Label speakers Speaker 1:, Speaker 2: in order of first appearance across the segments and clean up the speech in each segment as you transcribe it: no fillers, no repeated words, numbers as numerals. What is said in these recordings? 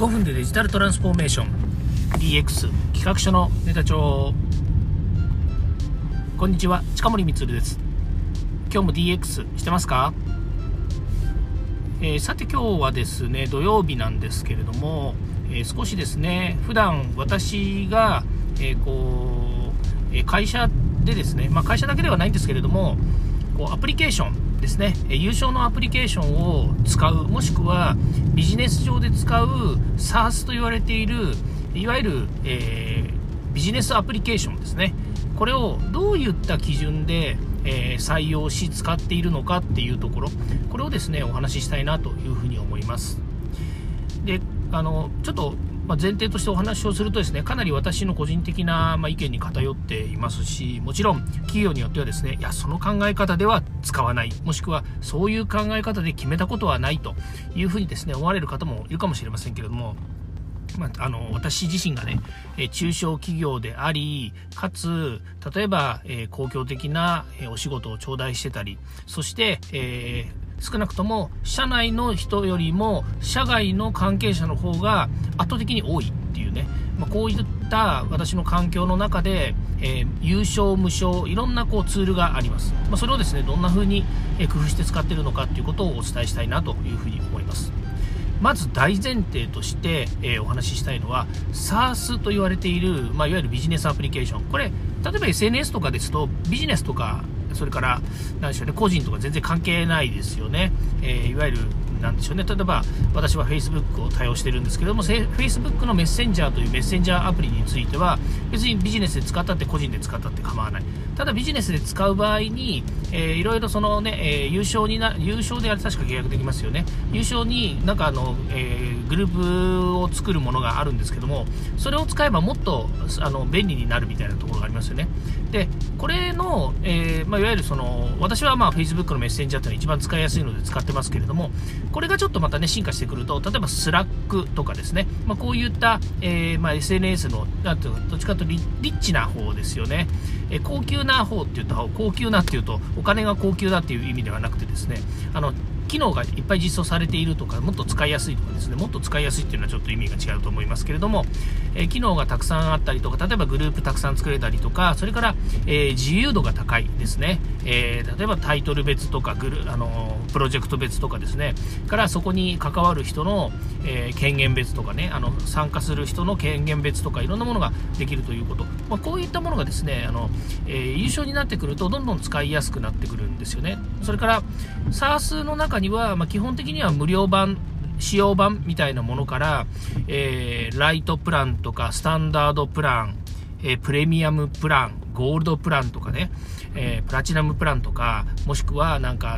Speaker 1: 5分でデジタルトランスフォーメーション DX 企画書のネタ帳。こんにちは、近森光です。今日も DX してますか？さて今日はですね、土曜日なんですけれども、少しですね、普段私が、会社でですね、会社だけではないんですけれども、アプリケーションですね、優勝のアプリケーションを使う、もしくはビジネス上で使う SaaS と言われているいわゆる、ビジネスアプリケーションですね。これをどういった基準で、採用し使っているのかっていうところ、これをですねお話ししたいなというふうに思います。で、ちょっと前提としてお話をするとですね、かなり私の個人的な意見に偏っていますし、もちろん企業によってはですね、いやその考え方では使わない、もしくはそういう考え方で決めたことはないというふうにですね思われる方もいるかもしれませんけれども、私自身がね、中小企業であり、かつ例えば、公共的なお仕事を頂戴してたり、そして、少なくとも社内の人よりも社外の関係者の方が圧倒的に多いっていうね、こういった私の環境の中で、有償無償いろんなツールがあります。それをですねどんな風に工夫して使っているのかっていうことをお伝えしたいなというふうに思います。まず大前提として、お話ししたいのは SaaS と言われている、いわゆるビジネスアプリケーション。これ例えば SNS とかですとビジネスとか、それから何でしょうね、個人とか全然関係ないですよね。いわゆるなんでしょうね、例えば私は Facebook を対応してるんですけども、 Facebook のメッセンジャーというメッセンジャーアプリについては別にビジネスで使ったって個人で使ったって構わない。ただビジネスで使う場合に、いろいろそのね、優勝であれ確か契約できますよね。優勝になんかグループを作るものがあるんですけども、それを使えばもっと便利になるみたいなところがありますよね。でこれの、いわゆる私はFacebook のメッセンジャーというのが一番使いやすいので使ってますけれども、これがちょっとまたね進化してくると、例えばスラックとかですね、こういった、SNS のどっちかというとリッチな方ですよね。高級な方っていうと、高級なっていうとお金が高級だっていう意味ではなくてですね、機能がいっぱい実装されているとか、もっと使いやすいとかですね、もっと使いやすいっていうのはちょっと意味が違うと思いますけれども、機能がたくさんあったりとか、例えばグループたくさん作れたりとか、それから、自由度が高いですね。例えばタイトル別とかプロジェクト別とかですね、からそこに関わる人の、権限別とかね、参加する人の権限別とかいろんなものができるということ、こういったものがですね優勝になってくるとどんどん使いやすくなってくるんですよね。それから SaaS の中には、基本的には無料版使用版みたいなものから、ライトプランとかスタンダードプラン、プレミアムプラン、ゴールドプランとかね、プラチナムプランとか、もしくはなんか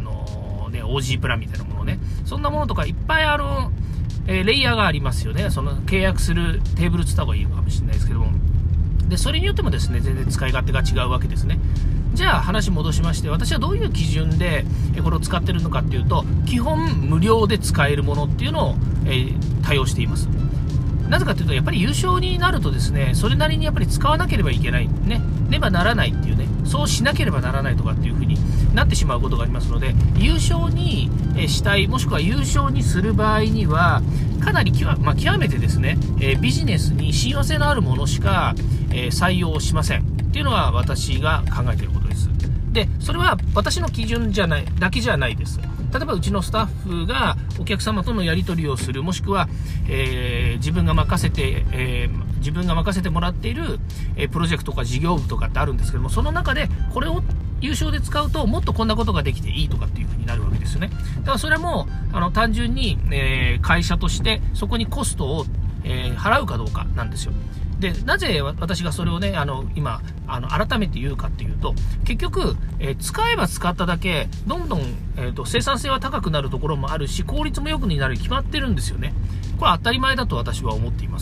Speaker 1: OG プランみたいなものね、そんなものとかいっぱいレイヤーがありますよね。その契約するテーブルつった方がいいかもしれないですけども、でそれによってもですね全然使い勝手が違うわけですね。じゃあ話戻しまして、私はどういう基準でこれを使っているのかっていうと、基本無料で使えるものっていうのを、対応しています。なぜかというと、やっぱり優勝になるとですね、それなりにやっぱり使わなければいけないねばならないっていうね、そうしなければならないとかっていう風になってしまうことがありますので、優勝にしたい、もしくは優勝にする場合にはかなり極めてですね、ビジネスに親和性のあるものしか、採用しませんっていうのは私が考えていることです。でそれは私の基準だけじゃないです。例えばうちのスタッフがお客様とのやり取りをする、もしくは、自分が任せてもらっている、プロジェクトとか事業部とかってあるんですけども、その中でこれを優勝で使うともっとこんなことができていいとかっていう風になるわけですよね。だからそれも単純に、会社としてそこにコストを、払うかどうかなんですよ。でなぜ私がそれをね今改めて言うかっていうと、結局、使えば使っただけどんどん、生産性は高くなるところもあるし、効率も良くなるに決まってるんですよね。これは当たり前だと私は思っています。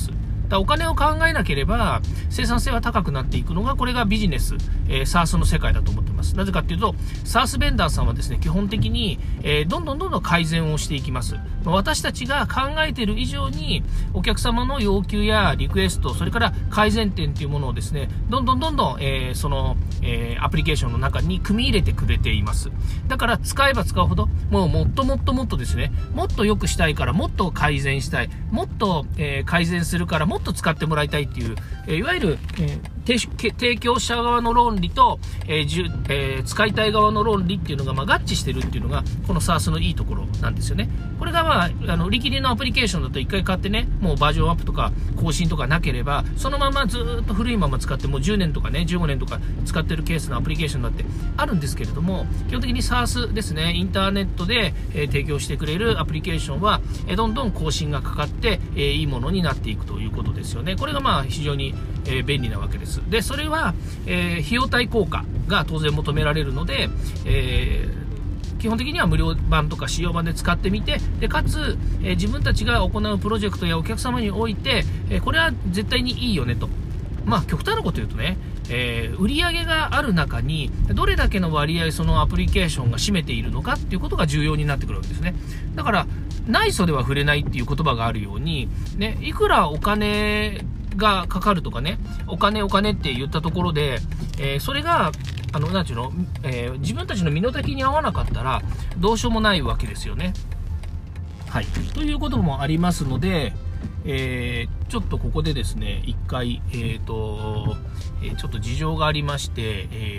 Speaker 1: らお金を考えなければ生産性は高くなっていくのが、これがビジネス、SaaS の世界だと思っています。なぜかっていうと、SaaS ベンダーさんはですね、基本的に、どんどん改善をしていきます。私たちが考えている以上にお客様の要求やリクエスト、それから改善点というものをですね、どんどん、その、アプリケーションの中に組み入れてくれています。だから使えば使うほど、もっとですね、もっと良くしたいからもっと改善したい、もっと、改善するからもっと使ってもらいたいっていう、いわゆる、提供者側の論理と、使いたい側の論理っていうのが、合致してるっていうのがこの SaaS のいいところなんですよね。これが売り切りのアプリケーションだと1回買ってね、もうバージョンアップとか更新とかなければそのままずっと古いまま使ってもう10年とかね15年とか使ってるケースのアプリケーションだってあるんですけれども、基本的に SaaS ですね、インターネットで、提供してくれるアプリケーションは、どんどん更新がかかって、いいものになっていくということですよね。これが非常に、便利なわけです。でそれは、費用対効果が当然求められるので、基本的には無料版とか使用版で使ってみて、でかつ、自分たちが行うプロジェクトやお客様において、これは絶対にいいよねと、極端なこと言うとね、売り上げがある中にどれだけの割合そのアプリケーションが占めているのかっていうことが重要になってくるわけですね。だからない袖は触れないっていう言葉があるように、ね、いくらお金がかかるとかね、お金って言ったところで、それがなんていうの、自分たちの身の丈に合わなかったらどうしようもないわけですよね。はい、ということもありますので、ちょっとここでですね一回、ちょっと事情がありまして、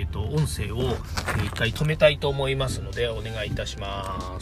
Speaker 1: 音声を一回止めたいと思いますのでお願いいたします。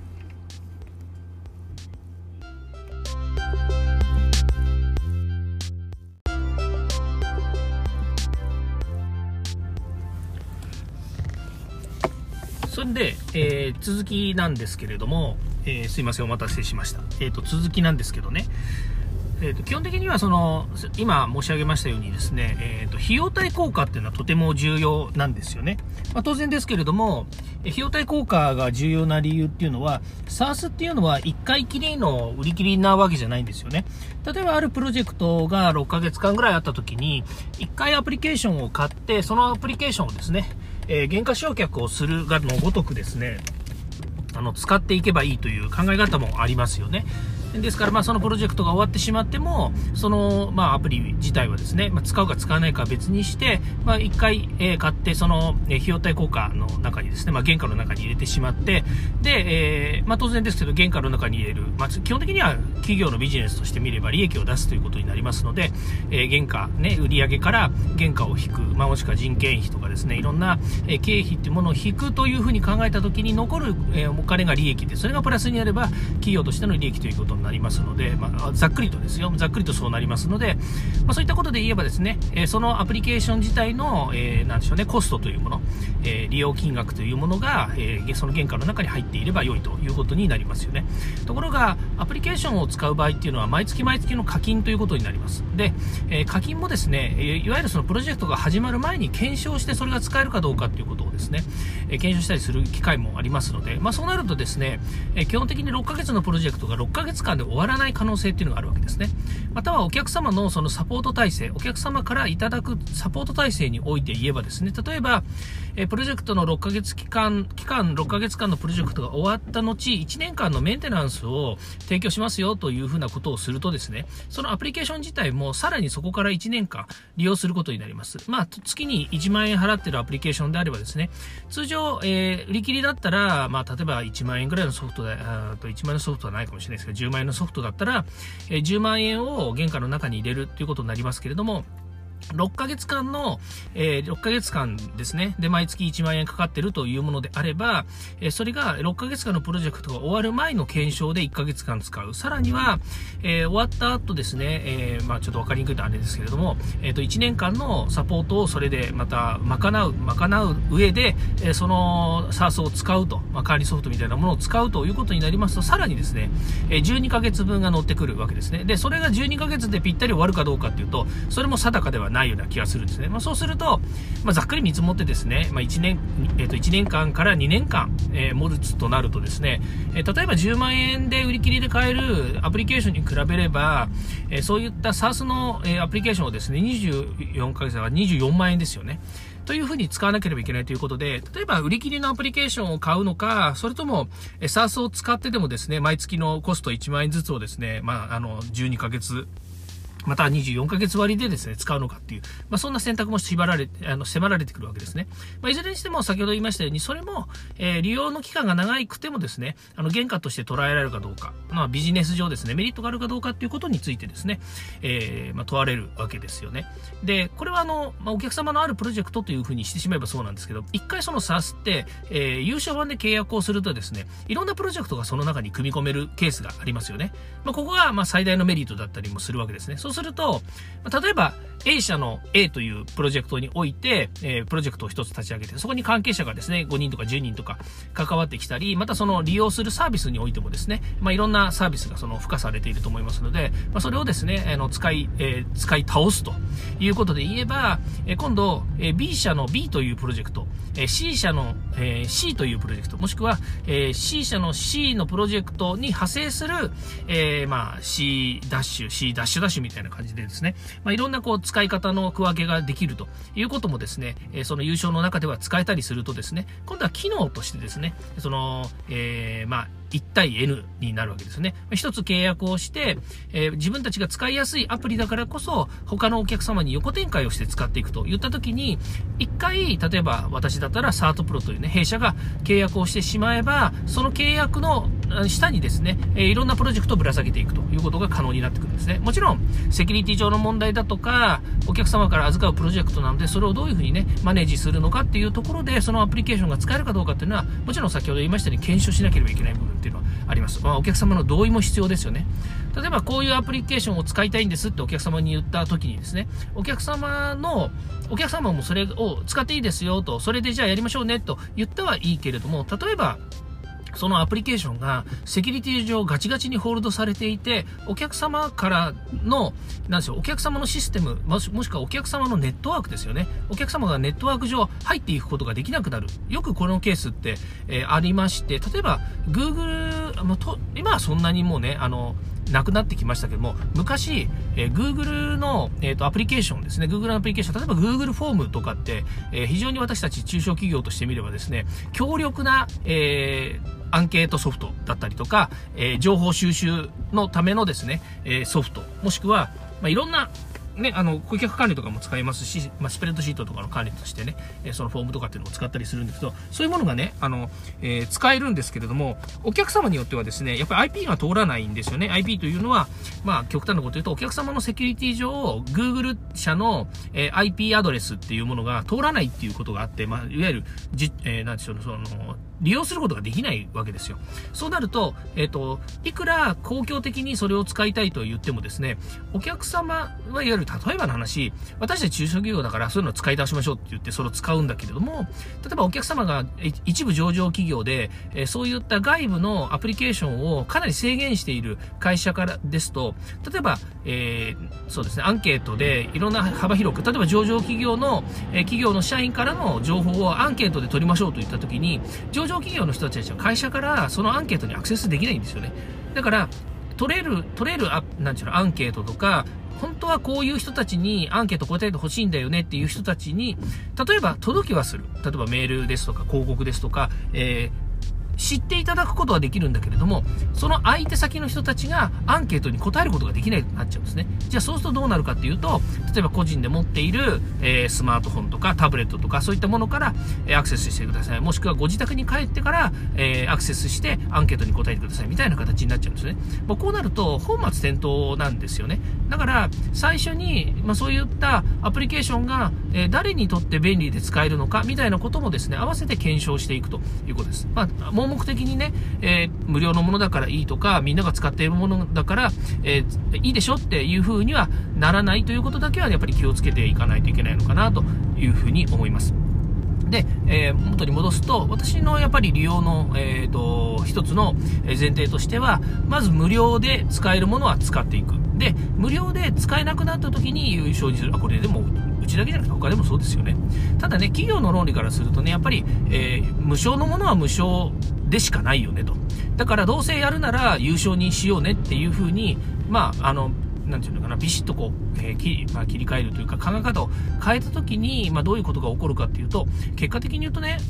Speaker 1: それで、続きなんですけれども、すいませんお待たせしました。続きなんですけどね、基本的には今申し上げましたようにですね、費用対効果っていうのはとても重要なんですよね。当然ですけれども、費用対効果が重要な理由っていうのは SaaS っていうのは1回きりの売り切りなわけじゃないんですよね。例えばあるプロジェクトが6ヶ月間ぐらいあった時に1回アプリケーションを買って、そのアプリケーションをですね、原価償却をするがのごとくですね、使っていけばいいという考え方もありますよね。ですから、そのプロジェクトが終わってしまっても、その、アプリ自体はですね、使うか使わないかは別にして、一回、買って、その、費用対効果の中にですね、原価の中に入れてしまって、で、当然ですけど、原価の中に入れる、基本的には企業のビジネスとして見れば利益を出すということになりますので、原価、ね、売上から原価を引く、もしくは人件費とかですね、いろんな、経費っていうものを引くというふうに考えたときに残る、お金が利益で、それがプラスになれば、企業としての利益ということになりますので、ざっくりとですよ、ざっくりとそうなりますので、そういったことで言えばですね、そのアプリケーション自体の、なんでしょうね、コストというもの、利用金額というものが、その原価の中に入っていれば良いということになりますよね。ところが、アプリケーションを使う場合っていうのは、毎月毎月の課金ということになります。で、課金もですね、いわゆるそのプロジェクトが始まる前に検証して、それが使えるかどうかということをですね、検証したりする機会もありますので、そうなるとですね、基本的に6ヶ月のプロジェクトが6ヶ月間で終わらない可能性っていうのがあるわけですね。またはお客様のそのサポート体制、お客様からいただくサポート体制において言えばですね、例えば、プロジェクトの6ヶ月期間6ヶ月間のプロジェクトが終わった後、1年間のメンテナンスを提供しますよというふうなことをするとですね、そのアプリケーション自体もさらにそこから1年間利用することになります。月に1万円払ってるアプリケーションであればですね、通常、売り切りだったら、例えば1万円ぐらいのソフトで、1万円のソフトはないかもしれないですけど、10万円のソフトだったら、10万円を原価の中に入れるということになりますけれども、6ヶ月間の、6ヶ月間ですね。で、毎月1万円かかってるというものであれば、それが6ヶ月間のプロジェクトが終わる前の検証で1ヶ月間使う。さらには、終わった後ですね、ちょっとわかりにくいとあれですけれども、1年間のサポートをそれでまた賄う上で、その SaaS を使うと、管理ソフトみたいなものを使うということになりますと、さらにですね、12ヶ月分が乗ってくるわけですね。で、それが12ヶ月でぴったり終わるかどうかっていうと、それも定かではないような気がするんですね。そうすると、ざっくり見積もってですね、1年間から2年間、持つとなるとですね、例えば10万円で売り切りで買えるアプリケーションに比べれば、そういった SaaS の、アプリケーションをですね、24ヶ月は24万円ですよね。というふうに使わなければいけないということで、例えば売り切りのアプリケーションを買うのか、それとも SaaS を使ってでもですね、毎月のコスト1万円ずつをですね、12ヶ月、または24ヶ月割でですね、使うのかっていう、そんな選択も迫られてくるわけですね。いずれにしても先ほど言いましたように、それも、利用の期間が長くてもですね、原価として捉えられるかどうか、ビジネス上ですね、メリットがあるかどうかっていうことについてですね、問われるわけですよね。で、これはお客様のあるプロジェクトというふうにしてしまえばそうなんですけど、一回その SaaS って、有償版で契約をするとですね、いろんなプロジェクトがその中に組み込めるケースがありますよね。ここが最大のメリットだったりもするわけですね。そうすると、例えば A 社の A というプロジェクトにおいて、プロジェクトを一つ立ち上げて、そこに関係者がですね、5人とか10人とか関わってきたり、またその利用するサービスにおいてもですね、いろんなサービスが付加されていると思いますので、それをですね、使い倒すということで言えば、今度、B 社の B というプロジェクト、C 社の、C というプロジェクト、もしくは、C 社の C のプロジェクトに派生する、C ダッシュみたいな感じでですね、いろんな使い方の区分けができるということもですね、その有償の中では使えたりするとですね、今度は機能としてですね、1対 N になるわけですね。一つ契約をして、自分たちが使いやすいアプリだからこそ、他のお客様に横展開をして使っていくといったときに、一回、例えば私だったらサートプロというね、弊社が契約をしてしまえば、その契約の下にですね、いろんなプロジェクトをぶら下げていくということが可能になってくるんですね。もちろん、セキュリティ上の問題だとか、お客様から預かうプロジェクトなので、それをどういうふうにね、マネージするのかっていうところで、そのアプリケーションが使えるかどうかっていうのは、もちろん先ほど言いましたように検証しなければいけない部分っていうのはあります。お客様の同意も必要ですよね。例えばこういうアプリケーションを使いたいんですってお客様に言った時にですね、お客様もそれを使っていいですよと、それでじゃあやりましょうねと言ったはいいけれども、例えばそのアプリケーションがセキュリティ上ガチガチにホールドされていて、お客様からの、お客様のシステム、もしくはお客様のネットワークですよね。お客様がネットワーク上入っていくことができなくなる。よくこのケースって、ありまして、例えば Google、今はそんなにもうね、なくなってきましたけども、昔、Google の、アプリケーションですね。Google のアプリケーション、例えば Google フォームとかって、非常に私たち中小企業としてみればですね、強力な、アンケートソフトだったりとか、情報収集のためのですね、ソフト、もしくは、いろんな、ね、顧客管理とかも使いますし、スプレッドシートとかの管理としてね、そのフォームとかっていうのを使ったりするんですけど、そういうものがね、使えるんですけれども、お客様によってはですね、やっぱり IP が通らないんですよね。IP というのは、極端なこと言うと、お客様のセキュリティ上、Google 社の、IP アドレスっていうものが通らないっていうことがあって、いわゆる、なんでしょう、利用することができないわけですよ。そうなると、いくら公共的にそれを使いたいと言ってもですね、お客様はいわゆる例えばの話、私たち中小企業だからそういうのを使い出しましょうって言ってそれを使うんだけれども、例えばお客様が一部上場企業で、そういった外部のアプリケーションをかなり制限している会社からですと、例えば、そうですね、アンケートでいろんな幅広く、例えば上場企業の社員からの情報をアンケートで取りましょうと言ったときに、上場企業の人たちは会社からそのアンケートにアクセスできないんですよね。だから取れるなんていうの、アンケートとか、本当はこういう人たちにアンケート答えてほしいんだよねっていう人たちに、例えば届きはする。例えばメールですとか広告ですとか、知っていただくことはできるんだけれども、その相手先の人たちがアンケートに答えることができないようになっちゃうんですね。じゃあそうするとどうなるかっていうと、例えば個人で持っている、スマートフォンとかタブレットとかそういったものから、アクセスしてください。もしくはご自宅に帰ってから、アクセスしてアンケートに答えてくださいみたいな形になっちゃうんですね。こうなると本末転倒なんですよね。だから最初に、そういったアプリケーションが、誰にとって便利で使えるのかみたいなこともですね、合わせて検証していくということです。盲目的にね、無料のものだからいいとか、みんなが使っているものだから、いいでしょっていう風にはならないということだけはやっぱり気をつけていかないといけないのかなというふうに思います。で、元に戻すと、私のやっぱり利用の、一つの前提としては、まず無料で使えるものは使っていく。で、無料で使えなくなった時に有償にする。これでもうちだけじゃなくて他でもそうですよね。ただね、企業の論理からするとね、やっぱり、無償のものは無償でしかないよねと。だからどうせやるなら有償にしようねっていうふうに、なんていうのかな、ビシッとこう、切り替えるというか、考え方を変えたときに、どういうことが起こるかっていうと、結果的に言うとね、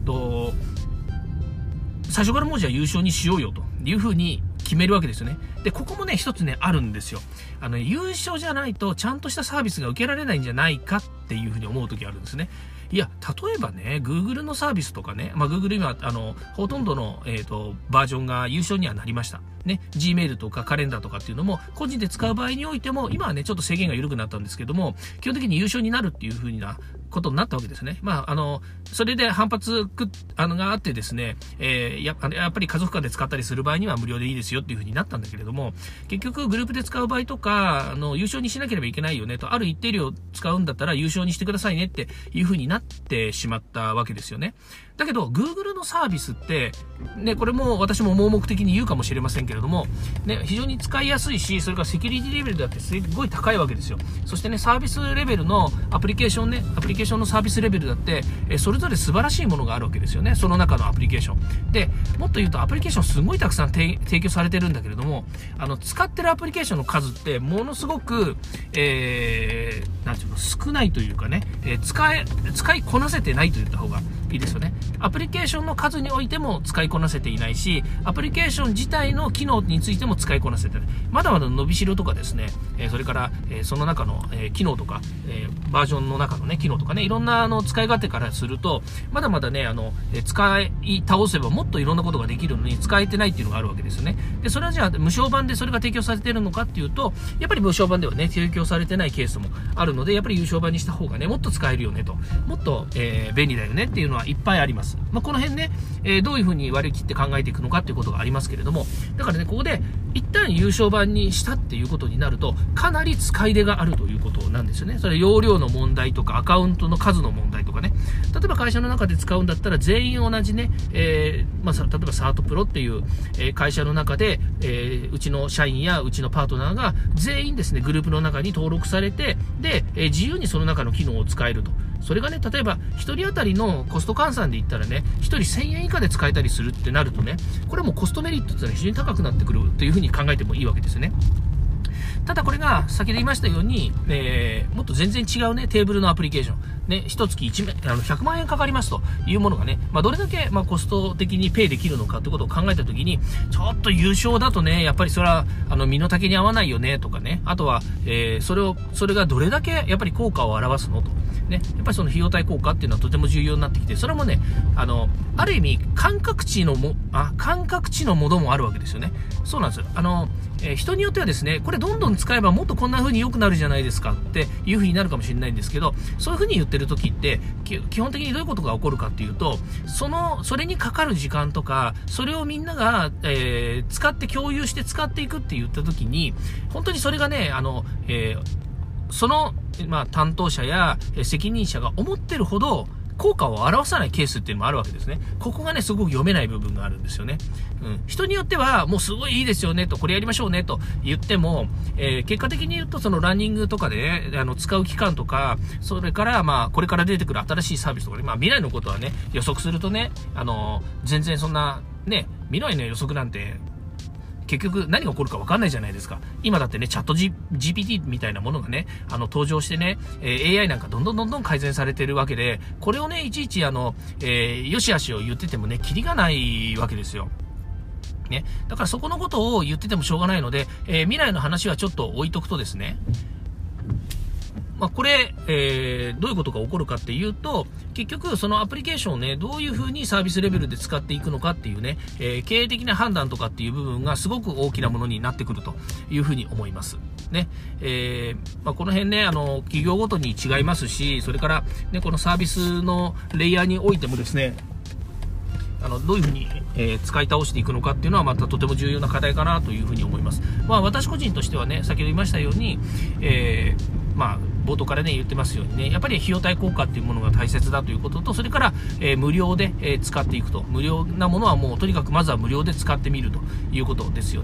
Speaker 1: 最初からもうじゃあ優勝にしようよというふうに決めるわけですよね。で、ここもね、一つね、あるんですよ。優勝じゃないと、ちゃんとしたサービスが受けられないんじゃないかっていうふうに思うときあるんですね。いや、例えばね、Google のサービスとかね、Google 今、ほとんどの、バージョンが優勝にはなりました。ね、Gmail とかカレンダーとかっていうのも、個人で使う場合においても、今はね、ちょっと制限が緩くなったんですけども、基本的に優勝になるっていう風なことになったわけですね。それで反発があってですね、やっぱり家族間で使ったりする場合には無料でいいですよっていう風になったんだけれども、結局グループで使う場合とか、優勝にしなければいけないよねと、ある一定量使うんだったら優勝にしてくださいねっていう風になってしまったわけですよね。だけど、Google のサービスって、ね、これも私も盲目的に言うかもしれませんけれども、ね、非常に使いやすいし、それからセキュリティレベルだってすごい高いわけですよ。そしてね、サービスレベルのアプリケーションのサービスレベルだって、それぞれ素晴らしいものがあるわけですよね。その中のアプリケーション。で、もっと言うとアプリケーションすごいたくさん提供されてるんだけれども、使ってるアプリケーションの数ってものすごく、なんていうの、少ないというかね、使いこなせてないと言った方がいいですよね。アプリケーションの数においても使いこなせていないし、アプリケーション自体の機能についても使いこなせてない。まだまだ伸びしろとかですね、それから、その中の、機能とか、バージョンの中のね、機能とかね、いろんな使い勝手からすると、まだまだね、使い倒せばもっといろんなことができるのに使えてないっていうのがあるわけですよね。で、それはじゃあ無償版でそれが提供されているのかっていうと、やっぱり無償版ではね、提供されてないケースもあるので、やっぱり有償版にした方がね、もっと使えるよねと、もっと、便利だよねっていうのはいっぱいあります。この辺ね、どういうふうに割り切って考えていくのかっていうことがありますけれども、だからね、ここで一旦有償版にしたっていうことになると、かなり使い出があるということなんですよね。それ容量の問題とか、アカウントの数の問題とかね。例えば会社の中で使うんだったら、全員同じね、例えばサートプロっていう、会社の中で、うちの社員やうちのパートナーが全員ですね、グループの中に登録されて、で、自由にその中の機能を使えると。それがね、例えば1人当たりのコスト換算で言ったらね、1人1000円以下で使えたりするってなるとね、これはもうコストメリットっていうのは非常に高くなってくるというふうに考えてもいいわけですよね。ただこれが先ほど言いましたように、もっと全然違うね、テーブルのアプリケーション。ね、1月100万円かかりますというものがね、どれだけ、コスト的にペイできるのかということを考えたときに、ちょっと優勝だとね、やっぱりそれは、身の丈に合わないよね、とかね。あとは、それがどれだけ、やっぱり効果を表すのと。ね、やっぱりその費用対効果っていうのはとても重要になってきて、それもね、ある意味、感覚値のものもあるわけですよね。そうなんですよ。人によってはですね、これどんどん使えばもっとこんな風に良くなるじゃないですかっていう風になるかもしれないんですけど、そういう風に言ってる時って、基本的にどういうことが起こるかっていうと、それにかかる時間とか、それをみんなが、使って共有して使っていくって言った時に、本当にそれがね、その、担当者や責任者が思ってるほど効果を表さないケースっていうのもあるわけですね。ここがね、すごく読めない部分があるんですよね。人によっては、もうすごいいいですよねと、これやりましょうねと言っても、結果的に言うと、そのランニングとかでね、使う期間とか、それから、これから出てくる新しいサービスとかね、未来のことはね、予測するとね、全然そんな、ね、未来の予測なんて、結局何が起こるか分かんないじゃないですか。今だってね、チャット GPT みたいなものがね、登場してね、AI なんかどんどん改善されてるわけで、これをね、いちいちよしあしを言っててもね、キリがないわけですよ。ね。だからそこのことを言っててもしょうがないので、未来の話はちょっと置いとくとですね、これ、どういうことが起こるかっていうと、結局そのアプリケーションをね、どういう風にサービスレベルで使っていくのかっていうね、経営的な判断とかっていう部分がすごく大きなものになってくるという風に思います。ね。この辺ね、企業ごとに違いますし、それから、ね、このサービスのレイヤーにおいてもですね、どういうふうに、使い倒していくのかっていうのはまたとても重要な課題かなというふうに思います。私個人としてはね、先ほど言いましたように、冒頭からね、言ってますようにね、やっぱり費用対効果っていうものが大切だということと、それから、無料で、使っていくと。無料なものはもうとにかくまずは無料で使ってみるということですよね。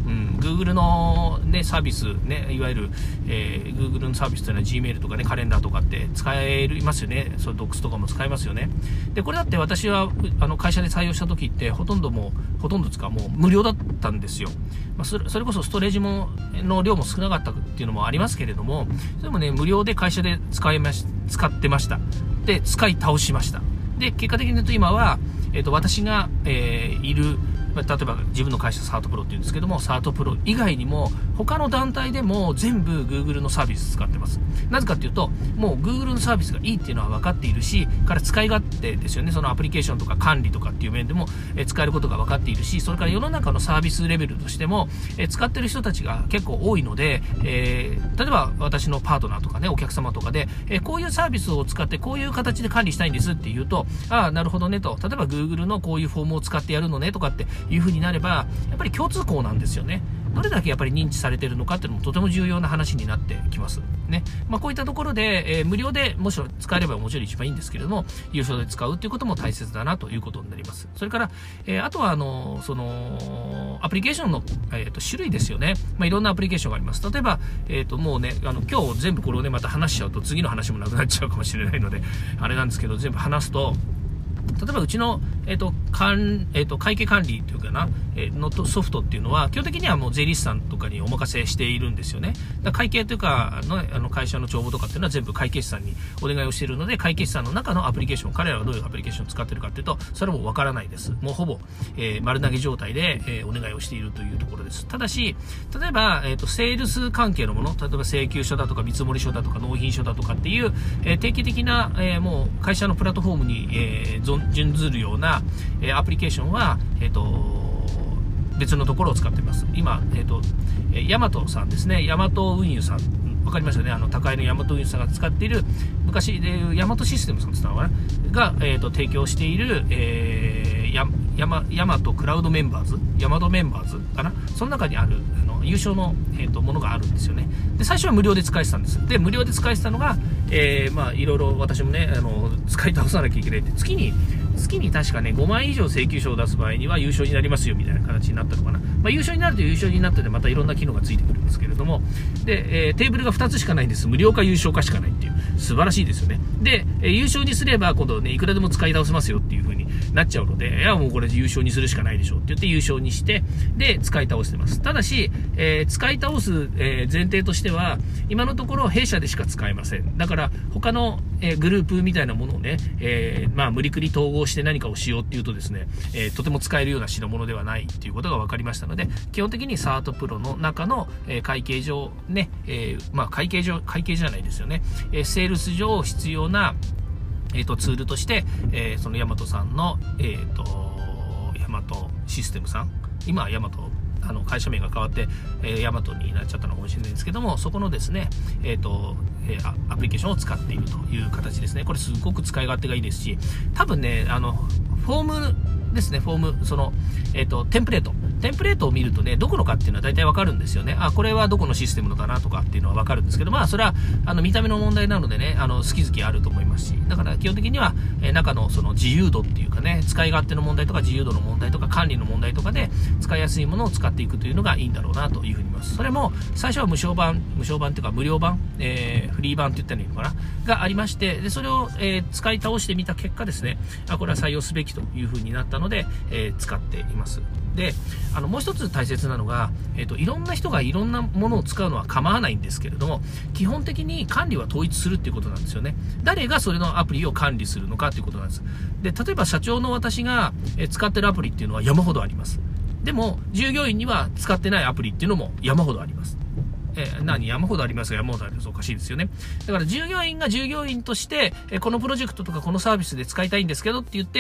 Speaker 1: Google の、ね、サービス、ね、いわゆる、Google のサービスというのは Gmail とかね、カレンダーとかって使えますよね。その Docs とかも使えますよね。で、これだって私は会社で採用した時ってほとんどつかもう無料だったんですよ。それこそストレージの量も少なかったっていうのもありますけれども、それもね、無料で会社で使ってました。で、使い倒しました。で、結果的に言うと今は、私が、いる、例えば自分の会社サートプロっていうんですけども、サートプロ以外にも他の団体でも全部 Google のサービス使ってます。なぜかっていうと、もう Google のサービスがいいっていうのは分かっているし、から使い勝手ですよね。そのアプリケーションとか管理とかっていう面でも使えることが分かっているし、それから世の中のサービスレベルとしても使ってる人たちが結構多いので、例えば私のパートナーとかね、お客様とかで、こういうサービスを使ってこういう形で管理したいんですっていうと、ああ、なるほどねと、例えば Google のこういうフォームを使ってやるのねとかっていう風になれば、やっぱり共通項なんですよね。どれだけやっぱり認知されているのかっていうのもとても重要な話になってきますね。こういったところで、無料でもし使えればもちろん一番いいんですけれども、有償で使うっていうことも大切だなということになります。それから、あとはそのアプリケーションの、種類ですよね。いろんなアプリケーションがあります。例えば、もうね、今日全部これをねまた話しちゃうと次の話もなくなっちゃうかもしれないのであれなんですけど、全部話すと、例えばうちの、会計管理というかな、のソフトっていうのは基本的にはもう税理士さんとかにお任せしているんですよね。だから会計というかの会社の帳簿とかっていうのは全部会計士さんにお願いをしているので、会計士さんの中のアプリケーション、彼らがどういうアプリケーションを使っているかっていうと、それはもうわからないです。もうほぼ、丸投げ状態で、お願いをしているというところです。ただし、例えば、セールス関係のもの、例えば請求書だとか見積書だとか納品書だとかっていう、定期的な、もう会社のプラットフォームに、準ずるような、アプリケーションは、別のところを使っています。今、ヤマトさんですね。ヤマト運輸さん。わかりますよね。高いのヤマト運輸さんが使っている、昔でヤマトシステムさんって言ったのかなが、提供している、ヤマトクラウドメンバーズ、ヤマトメンバーズかな、その中にある優勝の、ものがあるんですよね。で、最初は無料で使えてたんです。で、無料で使えてたのが、いろいろ私もね、使い倒さなきゃいけないって、月に確かね、5万円以上請求書を出す場合には優勝になりますよみたいな形になったのかな。優勝になると優勝になってでまたいろんな機能がついてくるんですけれども、で、テーブルが2つしかないんです。無料か優勝かしかないっていう、素晴らしいですよね。で、優勝にすれば今度ね、いくらでも使い倒せますよっていう風になっちゃうので、いやもうこれ優勝にするしかないでしょって言って優勝にして、で、使い倒してます。ただし、使い倒す、前提としては、今のところ弊社でしか使えません。だから他の、グループみたいなものをね、無理くり統合して何かをしようっていうとですね、とても使えるような品物ではないっていうことが分かりましたので、基本的にサートプロの中の、会計上ね、会計じゃないですよね、セールス上必要な、ツールとして、そのヤマトさんの、ヤマトシステムさん、今はヤマト会社名が変わって、ヤマトになっちゃったのかもしれないんですけども、そこのですね、アプリケーションを使っているという形ですね。これすごく使い勝手がいいですし、多分ね、フォームですね、フォーム、その、テンプレートを見るとね、どこのかっていうのは大体わかるんですよね。あ、これはどこのシステムのかなとかっていうのはわかるんですけど、それは、見た目の問題なのでね、好き好きあると思いますし、だから基本的には、中のその自由度っていうかね、使い勝手の問題とか自由度の問題とか管理の問題とかで、使いやすいものを使っていくというのがいいんだろうなというふうに思います。それも、最初は無償版っていうか無料版、フリー版って言ったらいいのかながありまして、で、それを、使い倒してみた結果ですね、これは採用すべきというふうになったので、使っています。で、もう一つ大切なのが、いろんな人がいろんなものを使うのは構わないんですけれども、基本的に管理は統一するっていうことなんですよね。誰がそれのアプリを管理するのかっていうことなんです。で、例えば社長の私が使ってるアプリっていうのは山ほどあります。でも、従業員には使ってないアプリっていうのも山ほどあります。山ほどありますが山ほどあります。おかしいですよね。だから従業員が従業員として、このプロジェクトとかこのサービスで使いたいんですけどって言って、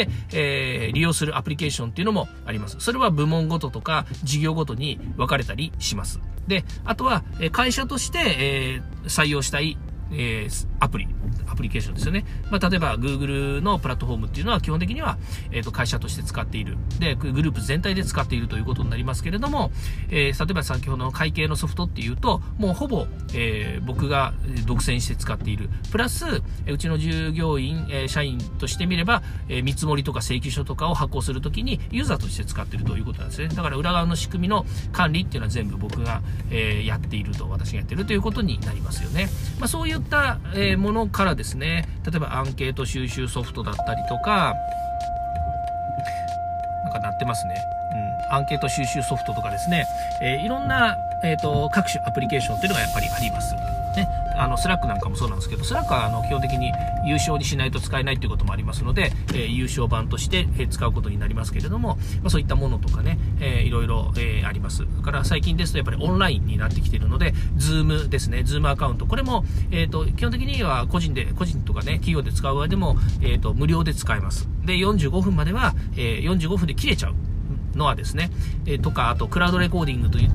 Speaker 1: 利用するアプリケーションっていうのもあります。それは部門ごととか事業ごとに分かれたりします。で、あとは会社として、採用したいアプリプリケーションですよね。例えば Google のプラットフォームっていうのは基本的には、会社として使っている。で、グループ全体で使っているということになりますけれども、例えば先ほどの会計のソフトっていうと、もうほぼ、僕が独占して使っている。プラス、うちの従業員、社員としてみれば、見積もりとか請求書とかを発行するときにユーザーとして使っているということなんですね。だから裏側の仕組みの管理っていうのは全部僕が、やっていると、私がやっているということになりますよね。そういった、ものからですね、例えばアンケート収集ソフトだったりとか、なんか鳴ってますね。アンケート収集ソフトとかですね、いろんな、各種アプリケーションっていうのがやっぱりあります。ね、スラックなんかもそうなんですけど、スラックは基本的に優勝にしないと使えないということもありますので、優勝版として、使うことになりますけれども、そういったものとかね、いろいろ、あります。だから最近ですとやっぱりオンラインになってきているので、Zoom ですね、Zoom アカウント。これも、基本的には個人とかね、企業で使う場合でも、無料で使えます。で、45分までは、45分で切れちゃう。のはですね、とか、あとクラウドレコーディングといって、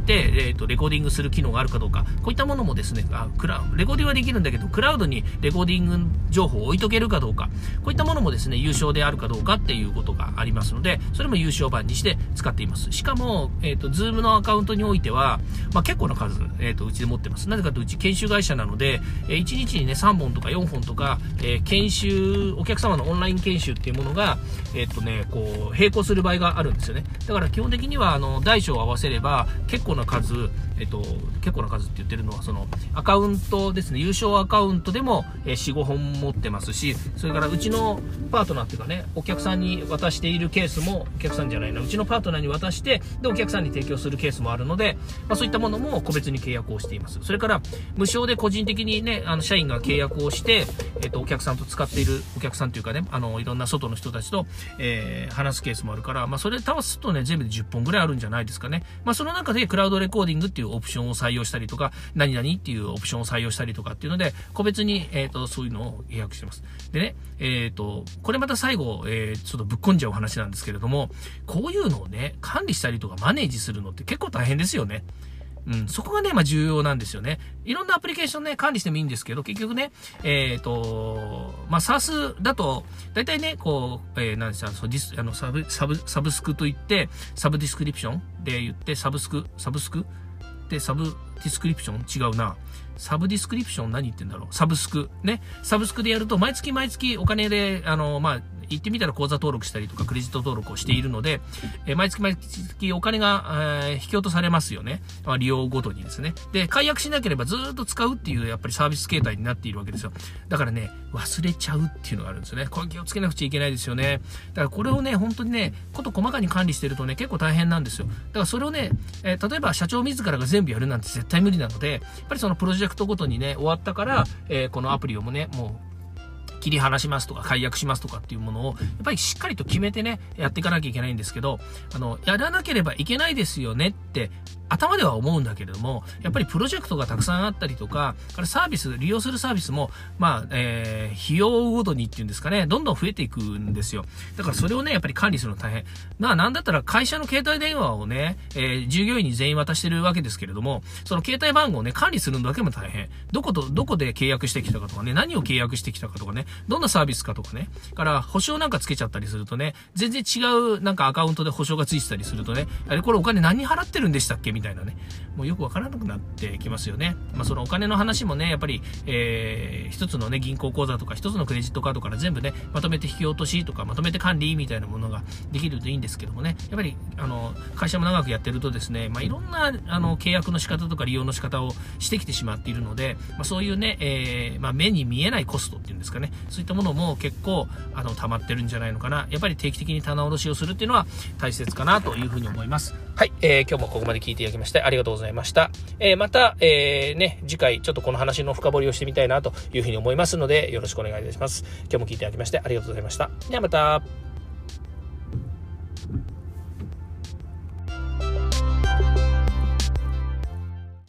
Speaker 1: レコーディングする機能があるかどうか、こういったものもですね、レコーディングはできるんだけど、クラウドにレコーディング情報を置いとけるかどうか、こういったものもですね、優勝であるかどうかっていうことがありますので、それも優勝版にして使っています。しかも、Zoom のアカウントにおいては、結構な数、うちで持ってます。なぜかというと、うち研修会社なので、1日にね、3本とか4本とか、研修、お客様のオンライン研修っていうものが、こう、並行する場合があるんですよね。だから基本的には大小を合わせれば結構な数、結構な数って言ってるのはそのアカウントですね、優勝アカウントでも、4、5本持ってますし、それからうちのパートナーっていうかね、お客さんに渡しているケースも、お客さんじゃないな、うちのパートナーに渡してでお客さんに提供するケースもあるので、そういったものも個別に契約をしています。それから無償で個人的にね、社員が契約をして、お客さんと使っているお客さんというかね、いろんな外の人たちと、話すケースもあるから、それで足すとね、全部で10本ぐらいあるんじゃないですかね。その中でクラウドレコーディングっていうオプションを採用したりとか、何々っていうオプションを採用したりとかっていうので、個別に、そういうのを契約してます。でね、これまた最後、ちょっとぶっこんじゃうお話なんですけれども、こういうのをね、管理したりとかマネージするのって結構大変ですよね。そこがね、重要なんですよね。いろんなアプリケーションね、管理してもいいんですけど、結局ね、SaaS だと、大体ね、こう、なんですか、サブスクといって、サブディスクリプションで言って、サブスクで、サブディスクリプション違うな。サブディスクリプション何言ってんだろう。サブスク。ね。サブスクでやると、毎月お金で、言ってみたら口座登録したりとかクレジット登録をしているので、毎月お金が、引き落とされますよね。利用ごとにですね。で、解約しなければずっと使うっていうやっぱりサービス形態になっているわけですよ。だからね、忘れちゃうっていうのがあるんですよね。これ気をつけなくちゃいけないですよね。だからこれをね、本当にね、事細かに管理してるとね、結構大変なんですよ。だからそれをね、例えば社長自らが全部やるなんて絶対無理なので、やっぱりそのプロジェクトごとにね、終わったから、このアプリをね、もう、切り離しますとか解約しますとかっていうものをやっぱりしっかりと決めてねやっていかなきゃいけないんですけど、やらなければいけないですよねって頭では思うんだけれども、やっぱりプロジェクトがたくさんあったりとか、利用するサービスも費用ごとにっていうんですかね、どんどん増えていくんですよ。だからそれをねやっぱり管理するの大変。なんだったら会社の携帯電話をね、従業員に全員渡してるわけですけれども、その携帯番号をね管理するのだけも大変。どこで契約してきたかとかね、何を契約してきたかとかね、どんなサービスかとかね、から保証なんかつけちゃったりするとね、全然違うなんかアカウントで保証がついてたりするとね、これお金何払ってるんでしたっけみたいなね、もうよくわからなくなってきますよね。そのお金の話もね、やっぱり、一つのね銀行口座とか一つのクレジットカードから全部ねまとめて引き落としとかまとめて管理みたいなものができるといいんですけどもね、やっぱり会社も長くやってるとですね、いろんな契約の仕方とか利用の仕方をしてきてしまっているので、そういうね、目に見えないコストっていうんですかね、そういったものも結構溜まってるんじゃないのかな。やっぱり定期的に棚卸しをするっていうのは大切かなというふうに思います。はい、今日もここまで聞いていただきましてありがとうございました。また、次回ちょっとこの話の深掘りをしてみたいなというふうに思いますのでよろしくお願いいたします。今日も聞いていただきましてありがとうございました。ではまた。